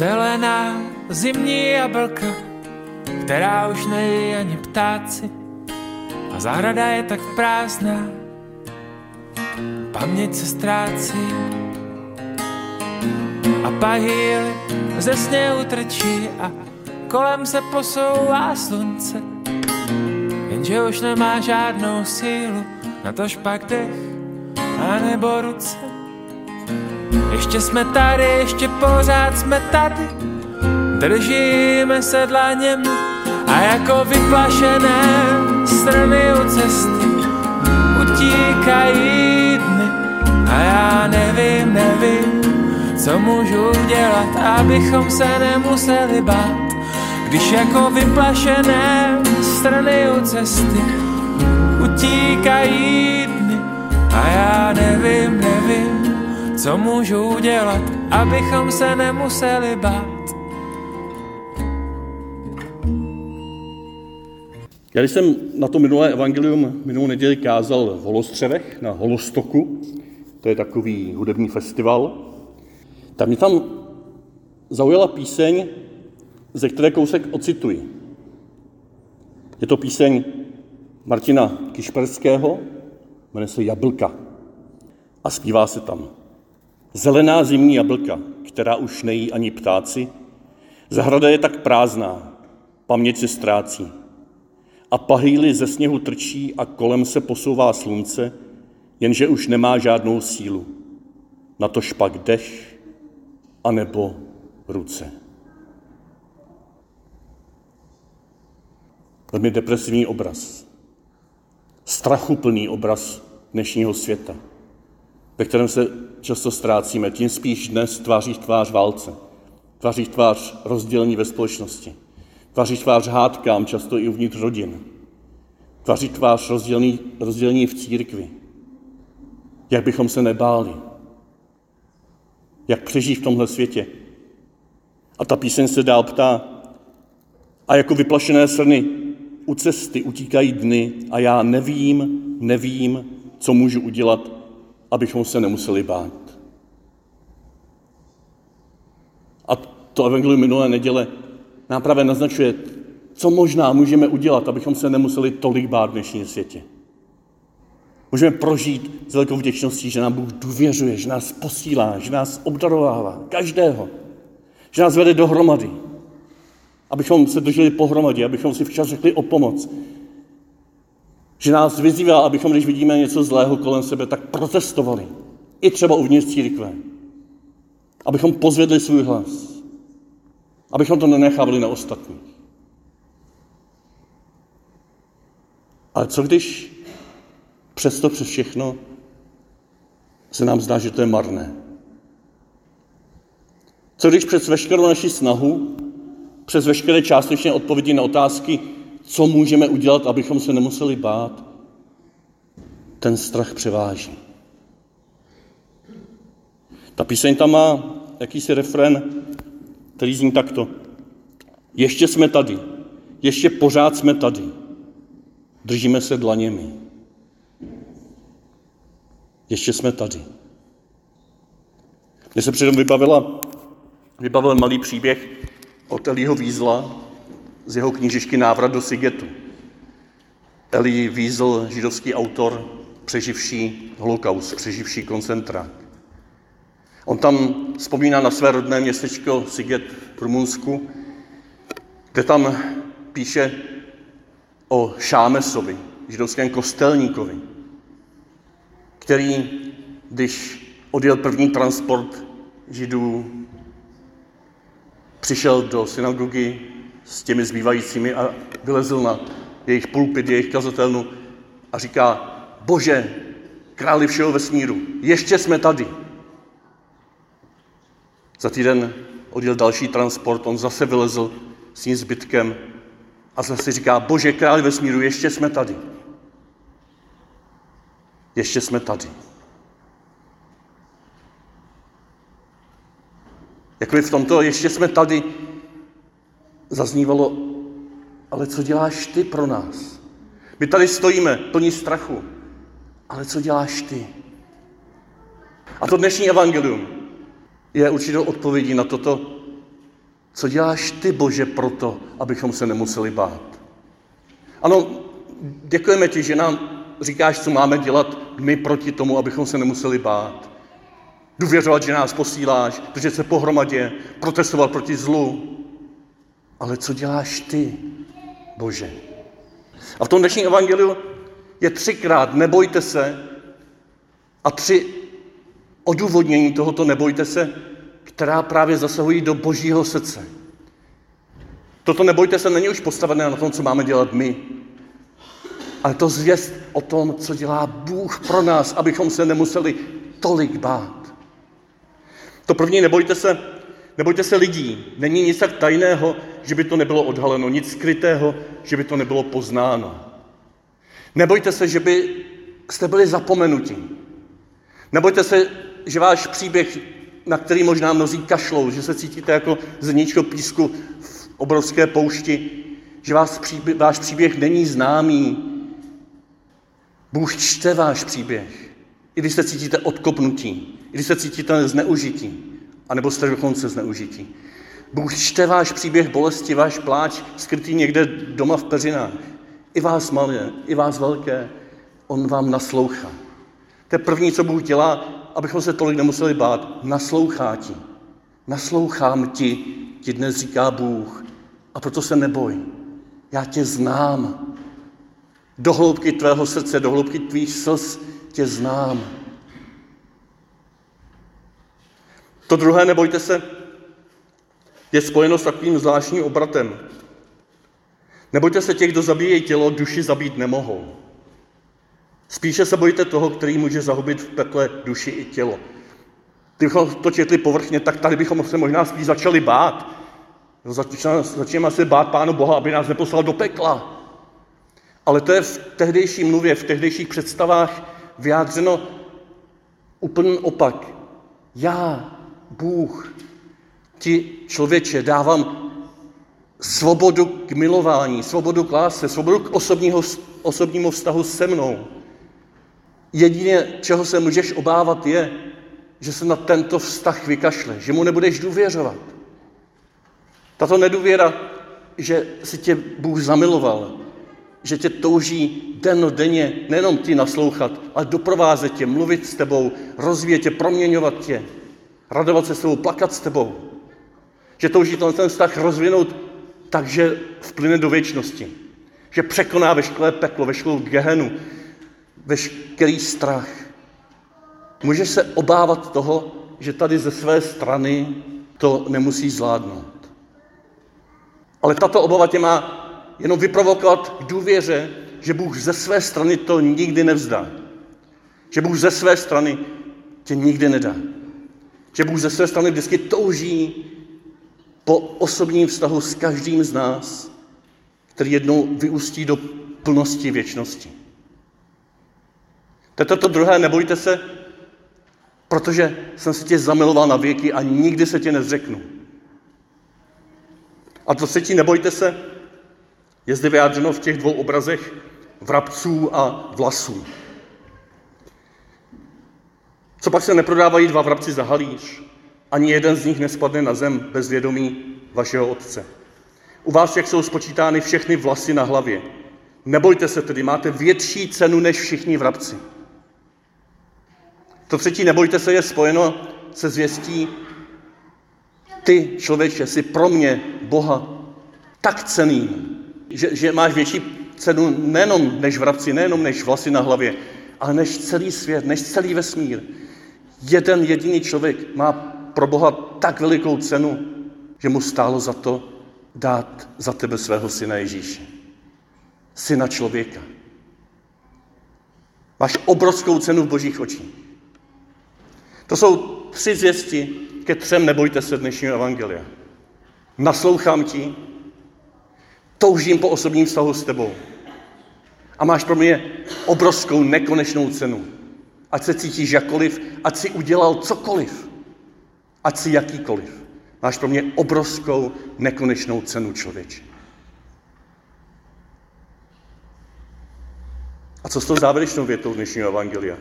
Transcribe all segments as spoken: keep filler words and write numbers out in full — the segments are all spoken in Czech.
Zelená zimní jablka, která už nejí ani ptáci, a zahrada je tak prázdná, paměť se ztrácí. A pahýly ze sněhu trčí a kolem se posouvá slunce, jenže už nemá žádnou sílu, natož pak dech a nebo ruce. Ještě jsme tady, ještě pořád jsme tady, držíme se dlaněmi a jako vyplašené strany u cesty utíkají dny. A já nevím, nevím, co můžu udělat, abychom se nemuseli bát, když jako vyplašené strany u cesty utíkají dny. A já nevím, nevím, co můžu udělat, abychom se nemuseli bát. Já když jsem na to minulé evangelium minulou neděli kázal v Holostřevech, na Holostoku, to je takový hudební festival, tak mě tam zaujala píseň, ze které kousek ocituji. Je to píseň Martina Kišperského, jmenuje se Jablka. A zpívá se tam: Zelená zimní jablka, která už nejí ani ptáci, zahrada je tak prázdná, paměť se ztrácí. A pahýly ze sněhu trčí a kolem se posouvá slunce, jenže už nemá žádnou sílu. Natož pak dech anebo ruce. Velmi depresivní obraz. Strachuplný obraz dnešního světa, ve kterém se často ztrácíme, tím spíš dnes tváří v tvář válce, tváří v tvář rozdělení ve společnosti, tváří v tvář hádkám, často i uvnitř rodin, tváří v tvář rozdělení, rozdělení v církvi. Jak bychom se nebáli, jak přežít v tomhle světě. A ta píseň se dál ptá: a jako vyplašené srny u cesty utíkají dny a já nevím, nevím, co můžu udělat, abychom se nemuseli bát. A to evangelium minulé neděle nám právě naznačuje, co možná můžeme udělat, abychom se nemuseli tolik bát v dnešním světě. Můžeme prožít s velkou vděčností, že nám Bůh důvěřuje, že nás posílá, že nás obdarovává, každého, že nás vede dohromady, abychom se drželi pohromadě, abychom si včas řekli o pomoc, že nás vyzývá, abychom, když vidíme něco zlého kolem sebe, tak protestovali, i třeba uvnitř církve, abychom pozvedli svůj hlas, abychom to nenechávali na ostatních. Ale co když přesto přes všechno se nám zdá, že to je marné? Co když přes veškerou naši snahu, přes veškeré částečné odpovědi na otázky, co můžeme udělat, abychom se nemuseli bát, ten strach převáží? Ta píseň tam má jakýsi refrén, který zní takto: ještě jsme tady, ještě pořád jsme tady, držíme se dlaněmi. Ještě jsme tady. Mně se předem vybavila, vybavil malý příběh od Eliho Wiesla z jeho knížečky Návrat do Sigetu. Elie Wiesel, židovský autor, přeživší holokaust, přeživší koncentrák. On tam vzpomíná na své rodné městečko Siget v Rumunsku, kde tam píše o Šámesovi, židovském kostelníkovi, který, když odjel první transport židů, přišel do synagogy s těmi zbývajícími a vylezl na jejich pulpit, jejich kazatelnu a říká: Bože, králi všeho vesmíru, ještě jsme tady. Za týden odjel další transport, on zase vylezl s tím zbytkem a zase říká: Bože, králi vesmíru, ještě jsme tady. Ještě jsme tady. Jakoby v tomto ještě jsme tady zaznívalo: ale co děláš ty pro nás? My tady stojíme plní strachu, ale co děláš ty? A to dnešní evangelium je určitou odpovědí na toto Co děláš ty, Bože, proto, abychom se nemuseli bát? Ano, děkujeme ti, že nám říkáš, co máme dělat my proti tomu, abychom se nemuseli bát. Důvěřovat, že nás posíláš, držet se pohromadě, protestovat proti zlu. Ale co děláš ty, Bože? A v tom dnešním evangeliu je třikrát nebojte se a tři odůvodnění tohoto nebojte se, která právě zasahují do Božího srdce. Toto nebojte se není už postavené na tom, co máme dělat my, ale to zvěst o tom, co dělá Bůh pro nás, abychom se nemuseli tolik bát. To první nebojte se, nebojte se lidí. Není nic tak tajného, že by to nebylo odhaleno, nic skrytého, že by to nebylo poznáno. Nebojte se, že by jste byli zapomenuti. Nebojte se, že váš příběh, na který možná mnozí kašlou, že se cítíte jako zrníčko písku v obrovské poušti, že váš příběh, váš příběh není známý. Bůh čte váš příběh, i když se cítíte odkopnutí, i když se cítíte zneužití, anebo jste dokonce zneužití. Bůh čte váš příběh bolesti, váš pláč, skrytý někde doma v peřinách. I vás malé, i vás velké, on vám naslouchá. To je první, co Bůh dělá, abychom se tolik nemuseli bát. Naslouchá ti. Naslouchám ti, ti dnes říká Bůh. A proto se neboj. Já tě znám. Do hloubky tvého srdce, do hloubky tvých slz tě znám. To druhé, nebojte se, je spojeno s takovým zvláštním obratem. Nebojte se těch, kdo zabíjejí tělo, duši zabít nemohou. Spíše se bojíte toho, který může zahubit v pekle duši i tělo. Kdybychom to četli povrchně, tak tady bychom se možná spíš začali bát. Začneme se bát Pánu Boha, aby nás neposlal do pekla. Ale to je v tehdejší mluvě, v tehdejších představách vyjádřeno úplný opak. Já, Bůh, ti člověče dávám svobodu k milování, svobodu k lásce, svobodu k osobního, osobnímu vztahu se mnou. Jedině, čeho se můžeš obávat, je, že se na tento vztah vykašle, že mu nebudeš důvěřovat. Tato nedůvěra, že si tě Bůh zamiloval, že tě touží dennodenně nejenom ti naslouchat, ale doprovázet tě, mluvit s tebou, rozvíjet tě, proměňovat tě, radovat se s tebou, plakat s tebou. Že touží ten vztah rozvinout tak, že vplyne do věčnosti. Že překoná veškeré peklo, veškerou gehenu, veškerý strach. Můžeš se obávat toho, že tady ze své strany to nemusí zvládnout. Ale tato obava tě má jenom vyprovokovat k důvěře, že Bůh ze své strany to nikdy nevzdá. Že Bůh ze své strany tě nikdy nedá. Že Bůh ze své strany vždycky touží po osobním vztahu s každým z nás, který jednou vyústí do plnosti věčnosti. Toto druhé, nebojte se, protože jsem se tě zamiloval na věky a nikdy se tě nezřeknu. A to třetí, nebojte se, je zde vyjádřeno v těch dvou obrazech vrabců a vlasů. Co pak se neprodávají dva vrabci za halíř? Ani jeden z nich nespadne na zem bez vědomí vašeho Otce. U vás jak jsou spočítány všechny vlasy na hlavě. Nebojte se tedy, máte větší cenu než všichni vrabci. To třetí, nebojte se, je spojeno se zvěstí: ty, člověče, jsi pro mě, Boha, tak cenný, že, že máš větší cenu nejenom než vrabci, nejenom než vlasy na hlavě, ale než celý svět, než celý vesmír. Jeden jediný člověk má pro Boha tak velikou cenu, že mu stálo za to dát za tebe svého syna Ježíše. Syna člověka. Máš obrovskou cenu v Božích očích. To jsou tři zvěsti ke třem nebojte se dnešního evangelia. Naslouchám ti, toužím po osobním vztahu s tebou a máš pro mě obrovskou nekonečnou cenu. Ať se cítíš jakkoliv, ať si udělal cokoliv, ať si jakýkoliv. Máš pro mě obrovskou nekonečnou cenu, člověče. A co s tou závěrečnou větou dnešního evangelia?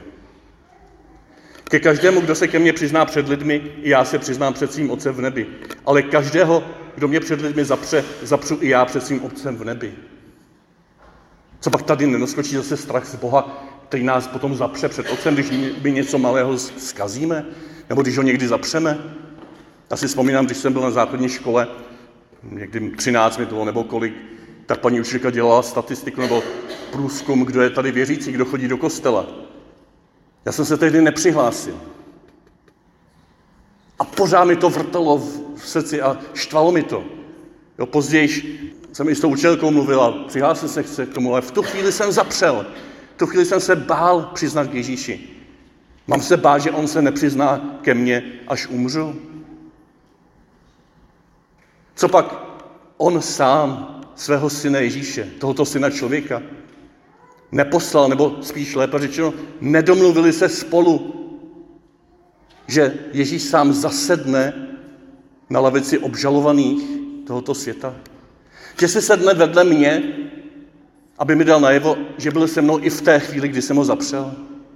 Ke každému, kdo se ke mně přizná před lidmi, i já se přiznám před svým Otcem v nebi. Ale každého, kdo mě před lidmi zapře, zapřu i já před svým Otcem v nebi. Co pak tady nenaskočí zase strach z Boha, který nás potom zapře před Otcem, když my něco malého zkazíme, nebo když ho někdy zapřeme? Já si vzpomínám, když jsem byl na základní škole, někdy třináct mi to bylo, nebo kolik, tak paní učitelka dělala statistiku nebo průzkum, kdo je tady věřící, kdo chodí do kostela. Já jsem se tehdy nepřihlásil. A pořád mi to vrtalo v srdci a štvalo mi to. Jo, později jsem i s tou učitelkou mluvila, přihlásil jsem se k tomu, ale v tu chvíli jsem zapřel. V tu chvíli jsem se bál přiznat k Ježíši. Mám se bát, že on se nepřizná ke mně, až umřu? Co pak on sám svého syna Ježíše, tohoto syna člověka, neposlal, nebo spíš lépe řečeno, nedomluvili se spolu, že Ježíš sám zasedne na lavici obžalovaných tohoto světa? Že se sedne vedle mě, aby mi dal najevo, že byl se mnou i v té chvíli, kdy jsem ho zapřel?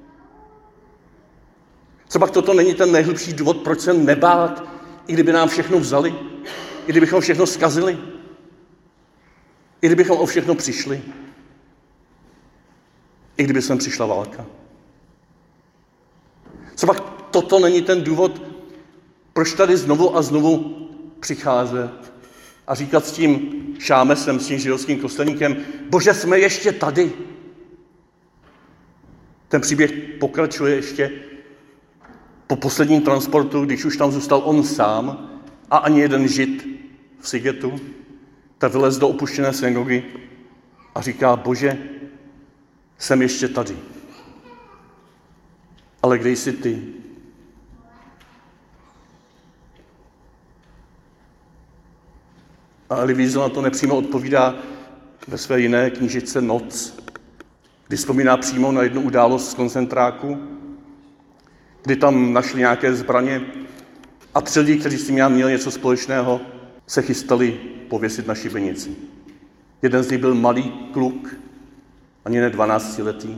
Co pak toto není ten nejhlubší důvod, proč se nebát, i kdyby nám všechno vzali, i kdybychom všechno zkazili, i kdybychom o všechno přišli, i kdyby sem přišla válka? Co pak toto není ten důvod, proč tady znovu a znovu přicházet a říkat s tím šámesem, s tím židovským kostelníkem, Bože, jsme ještě tady. Ten příběh pokračuje ještě po posledním transportu, když už tam zůstal on sám a ani jeden žid v Sigetu, tak vylez do opuštěné synagogy a říká, Bože, jsem ještě tady. Ale kde jsi ty? A Elie Wiesel na to nepřímo odpovídá ve své jiné knížečce Noc, kdy vzpomíná přímo na jednu událost z koncentráku, kdy tam našli nějaké zbraně a tři lidi, kteří s tím měli něco společného, se chystali pověsit na šibenici. Jeden z nich byl malý kluk, ani ne dvanáctiletý,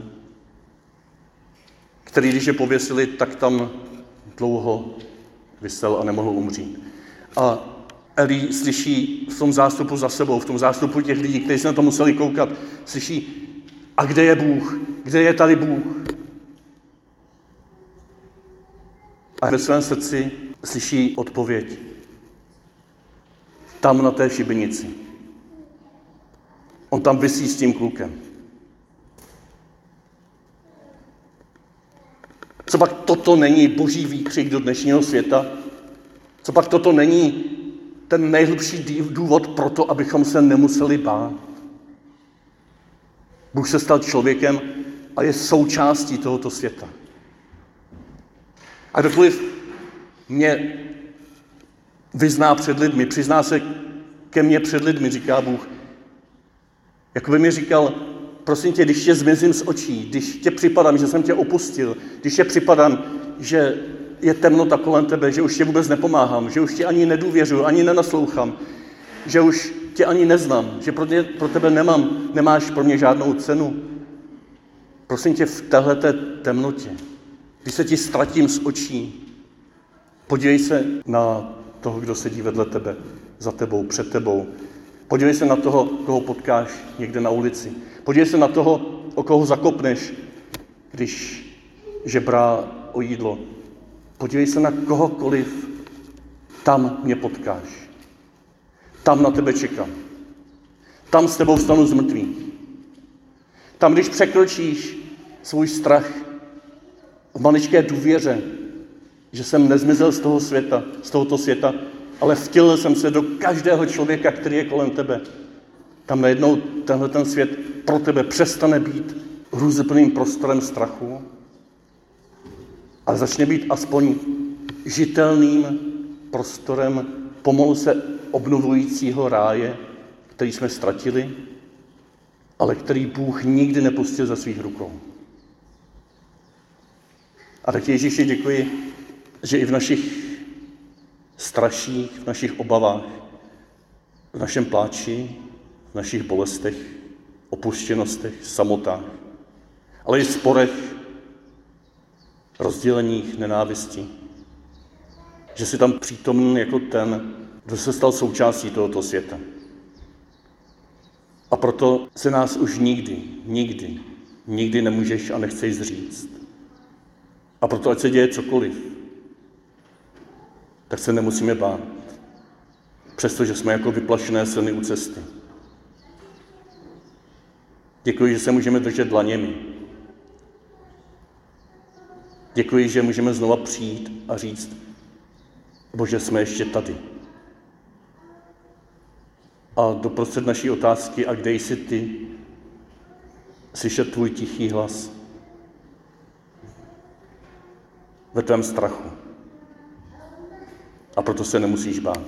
který, když je pověsili, tak tam dlouho visel a nemohl umřít. A Elie slyší v tom zástupu za sebou, v tom zástupu těch lidí, kteří se na to museli koukat, slyší, a kde je Bůh? Kde je tady Bůh? A ve svém srdci slyší odpověď. Tam na té šibenici. On tam visí s tím klukem. Co pak toto není boží výkřik do dnešního světa? Co pak toto není ten nejhlubší důvod pro to, abychom se nemuseli bát? Bůh se stal člověkem a je součástí tohoto světa. A kdokoliv mě vyzná před lidmi, přizná se ke mně před lidmi, říká Bůh, jako by mi říkal, prosím tě, když tě zmizím z očí, když tě připadám, že jsem tě opustil, když tě připadám, že je temnota kolem tebe, že už tě vůbec nepomáhám, že už tě ani nedůvěřuji, ani nenaslouchám, že už tě ani neznám, že pro, tě, pro tebe nemám, nemáš pro mě žádnou cenu. Prosím tě, v téhleté temnotě, když se ti ztratím z očí, podívej se na toho, kdo sedí vedle tebe, za tebou, před tebou. Podívej se na toho, koho potkáš někde na ulici. Podívej se na toho, o koho zakopneš, když žebrá o jídlo. Podívej se na kohokoliv, tam mě potkáš. Tam na tebe čekám. Tam s tebou vstanu z mrtvých. Tam, když překročíš svůj strach v maličké důvěře, že jsem nezmizel z toho světa, z tohoto světa, ale vtělil jsem se do každého člověka, který je kolem tebe. Tam najednou tenhle ten svět pro tebe přestane být hrůzyplným prostorem strachu, ale začne být aspoň žitelným prostorem pomalu se obnovujícího ráje, který jsme ztratili, ale který Bůh nikdy nepustil ze svých rukou. A tak Ježíši děkuji, že i v našich straších, v našich obavách, v našem pláči, v našich bolestech, opuštěnostech, samotách, ale i v sporech, rozděleních, nenávistí, že jsi tam přítomný jako ten, kdo se stal součástí tohoto světa. A proto se nás už nikdy, nikdy, nikdy nemůžeš a nechceš zříct. A proto, ať se děje cokoliv, tak se nemusíme bát. Přestože jsme jako vyplašené slny u cesty. Děkuji, že se můžeme držet dlaněmi. Děkuji, že můžeme znova přijít a říct, Bože, jsme ještě tady. A doprostřed naší otázky, a kde jsi ty, slyšet tvůj tichý hlas ve tvém strachu. A proto se nemusíš bát.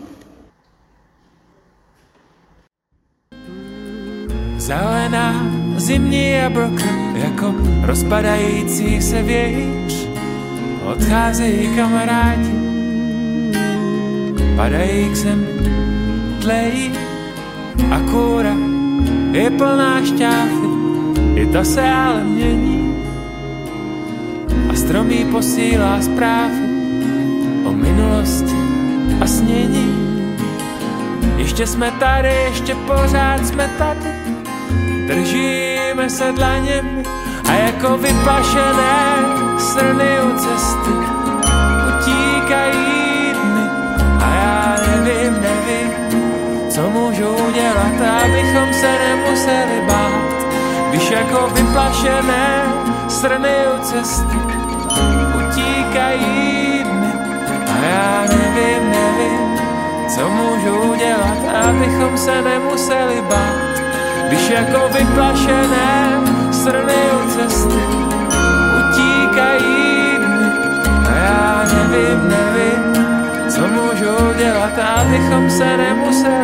Zelená zimní jablka, jako rozpadající se vějíř. Odcházejí kamarádi, padají k zemi, tlejí a kůra je plná šťávy, i to se ale mění. A strom jí posílá zprávy o minulosti a snění. Ještě jsme tady, ještě pořád jsme tady, držíme se dlaněmi a jako vyplašené srny u cesty utíkají dny. A já nevím, nevím, co můžu udělat, abychom se nemuseli bát, když jako vyplašené srny u cesty utíkají dny. A já nevím, nevím, co můžu udělat, abychom se nemuseli bát, když jako vyplašené srny u cesty utíkají dny. A já nevím, nevím, co můžu udělat, abychom se nemuseli